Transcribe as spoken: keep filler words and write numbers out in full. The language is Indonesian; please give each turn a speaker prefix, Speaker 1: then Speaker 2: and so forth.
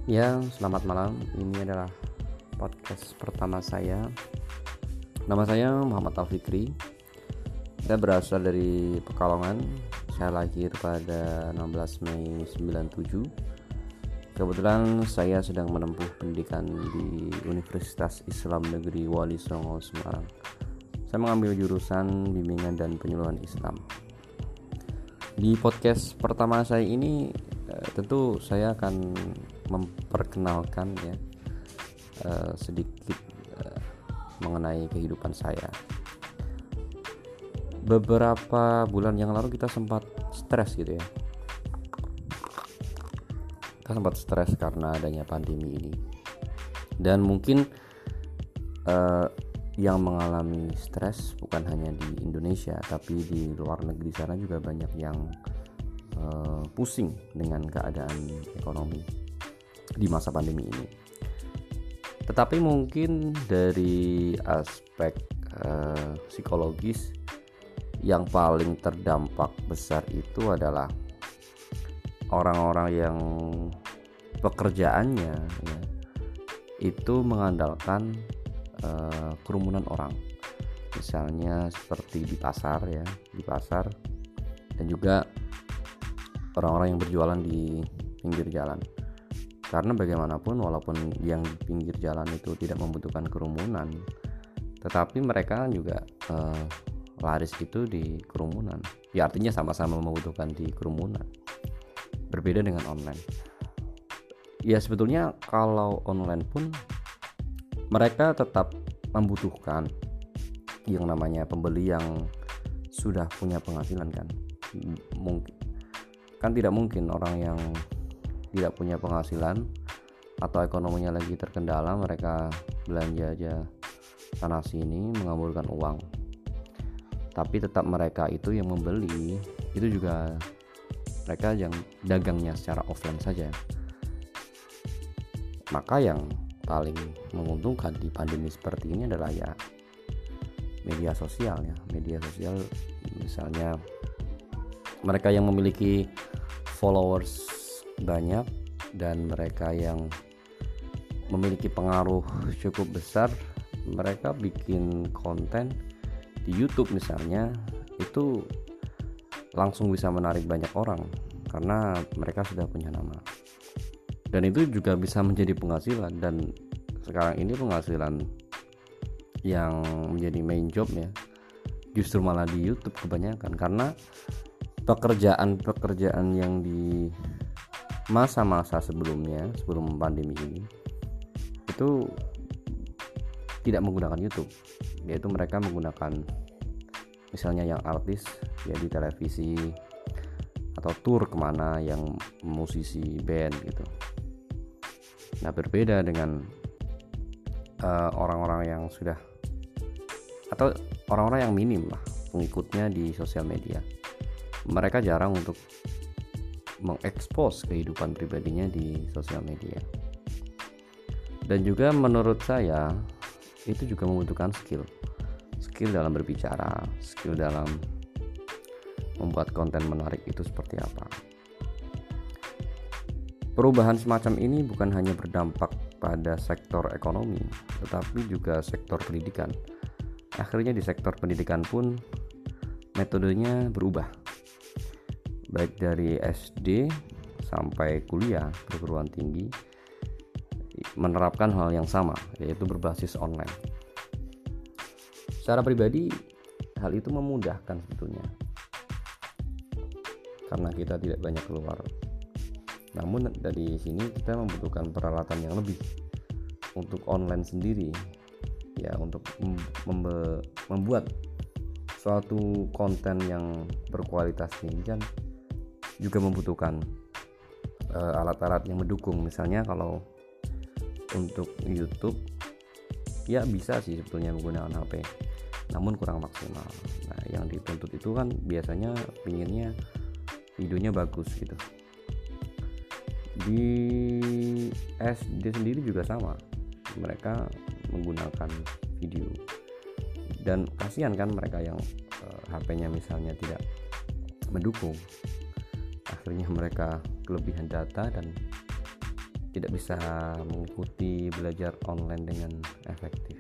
Speaker 1: Ya, selamat malam. Ini adalah podcast pertama saya. Nama saya Muhammad Al-Fikri. Saya berasal dari Pekalongan. Saya lahir pada enam belas Mei sembilan puluh tujuh. Kebetulan saya sedang menempuh pendidikan di Universitas Islam Negeri Wali Songo, Semarang. Saya mengambil jurusan bimbingan dan penyuluhan Islam. Di podcast pertama saya ini eh, tentu saya akan memperkenalkan ya eh, sedikit eh, mengenai kehidupan saya. Beberapa bulan yang lalu kita sempat stres gitu ya. Kita sempat stres karena adanya pandemi ini. Dan mungkin eh, yang mengalami stres bukan hanya di Indonesia, tapi di luar negeri sana juga banyak yang uh, pusing dengan keadaan ekonomi di masa pandemi ini. Tetapi mungkin dari aspek uh, psikologis yang paling terdampak besar itu adalah orang-orang yang pekerjaannya ya, itu mengandalkan Uh, kerumunan orang, misalnya seperti di pasar ya, di pasar dan juga orang-orang yang berjualan di pinggir jalan. Karena bagaimanapun walaupun yang di pinggir jalan itu tidak membutuhkan kerumunan, tetapi mereka juga uh, laris itu di kerumunan. Ya artinya sama-sama membutuhkan di kerumunan. Berbeda dengan online. Ya sebetulnya kalau online pun mereka tetap membutuhkan yang namanya pembeli yang sudah punya penghasilan kan. Mungkin kan tidak mungkin orang yang tidak punya penghasilan atau ekonominya lagi terkendala mereka belanja aja sana sini mengamburkan uang. Tapi tetap mereka itu yang membeli itu juga mereka yang dagangnya secara offline saja. Maka yang paling menguntungkan di pandemi seperti ini adalah ya media sosial ya media sosial misalnya mereka yang memiliki followers banyak dan mereka yang memiliki pengaruh cukup besar, mereka bikin konten di YouTube misalnya itu langsung bisa menarik banyak orang karena mereka sudah punya nama. Dan itu juga bisa menjadi penghasilan, dan sekarang ini penghasilan yang menjadi main job ya justru malah di YouTube kebanyakan, karena pekerjaan-pekerjaan yang di masa-masa sebelumnya sebelum pandemi ini itu tidak menggunakan YouTube, yaitu mereka menggunakan misalnya yang artis ya di televisi atau tour kemana yang musisi band gitu. Nah berbeda dengan uh, orang-orang yang sudah atau orang-orang yang minim lah pengikutnya di sosial media. Mereka jarang untuk mengekspos kehidupan pribadinya di sosial media. Dan juga menurut saya itu juga membutuhkan skill. Skill dalam berbicara, skill dalam membuat konten menarik itu seperti apa. Perubahan semacam ini bukan hanya berdampak pada sektor ekonomi, tetapi juga sektor pendidikan. Akhirnya di sektor pendidikan pun metodenya berubah. Baik dari S D sampai kuliah perguruan tinggi menerapkan hal yang sama, yaitu berbasis online. Secara pribadi hal itu memudahkan sebetulnya, karena kita tidak banyak keluar. Namun dari sini kita membutuhkan peralatan yang lebih untuk online sendiri ya, untuk mem- membuat suatu konten yang berkualitas tinggi kan juga membutuhkan uh, alat-alat yang mendukung. Misalnya kalau untuk YouTube ya bisa sih sebetulnya menggunakan H P, namun kurang maksimal. Nah yang dituntut itu kan biasanya pinginnya videonya bagus gitu. Di S D sendiri juga sama, mereka menggunakan video, dan kasihan kan mereka yang uh, H P-nya misalnya tidak mendukung, akhirnya mereka kelebihan data dan tidak bisa mengikuti belajar online dengan efektif.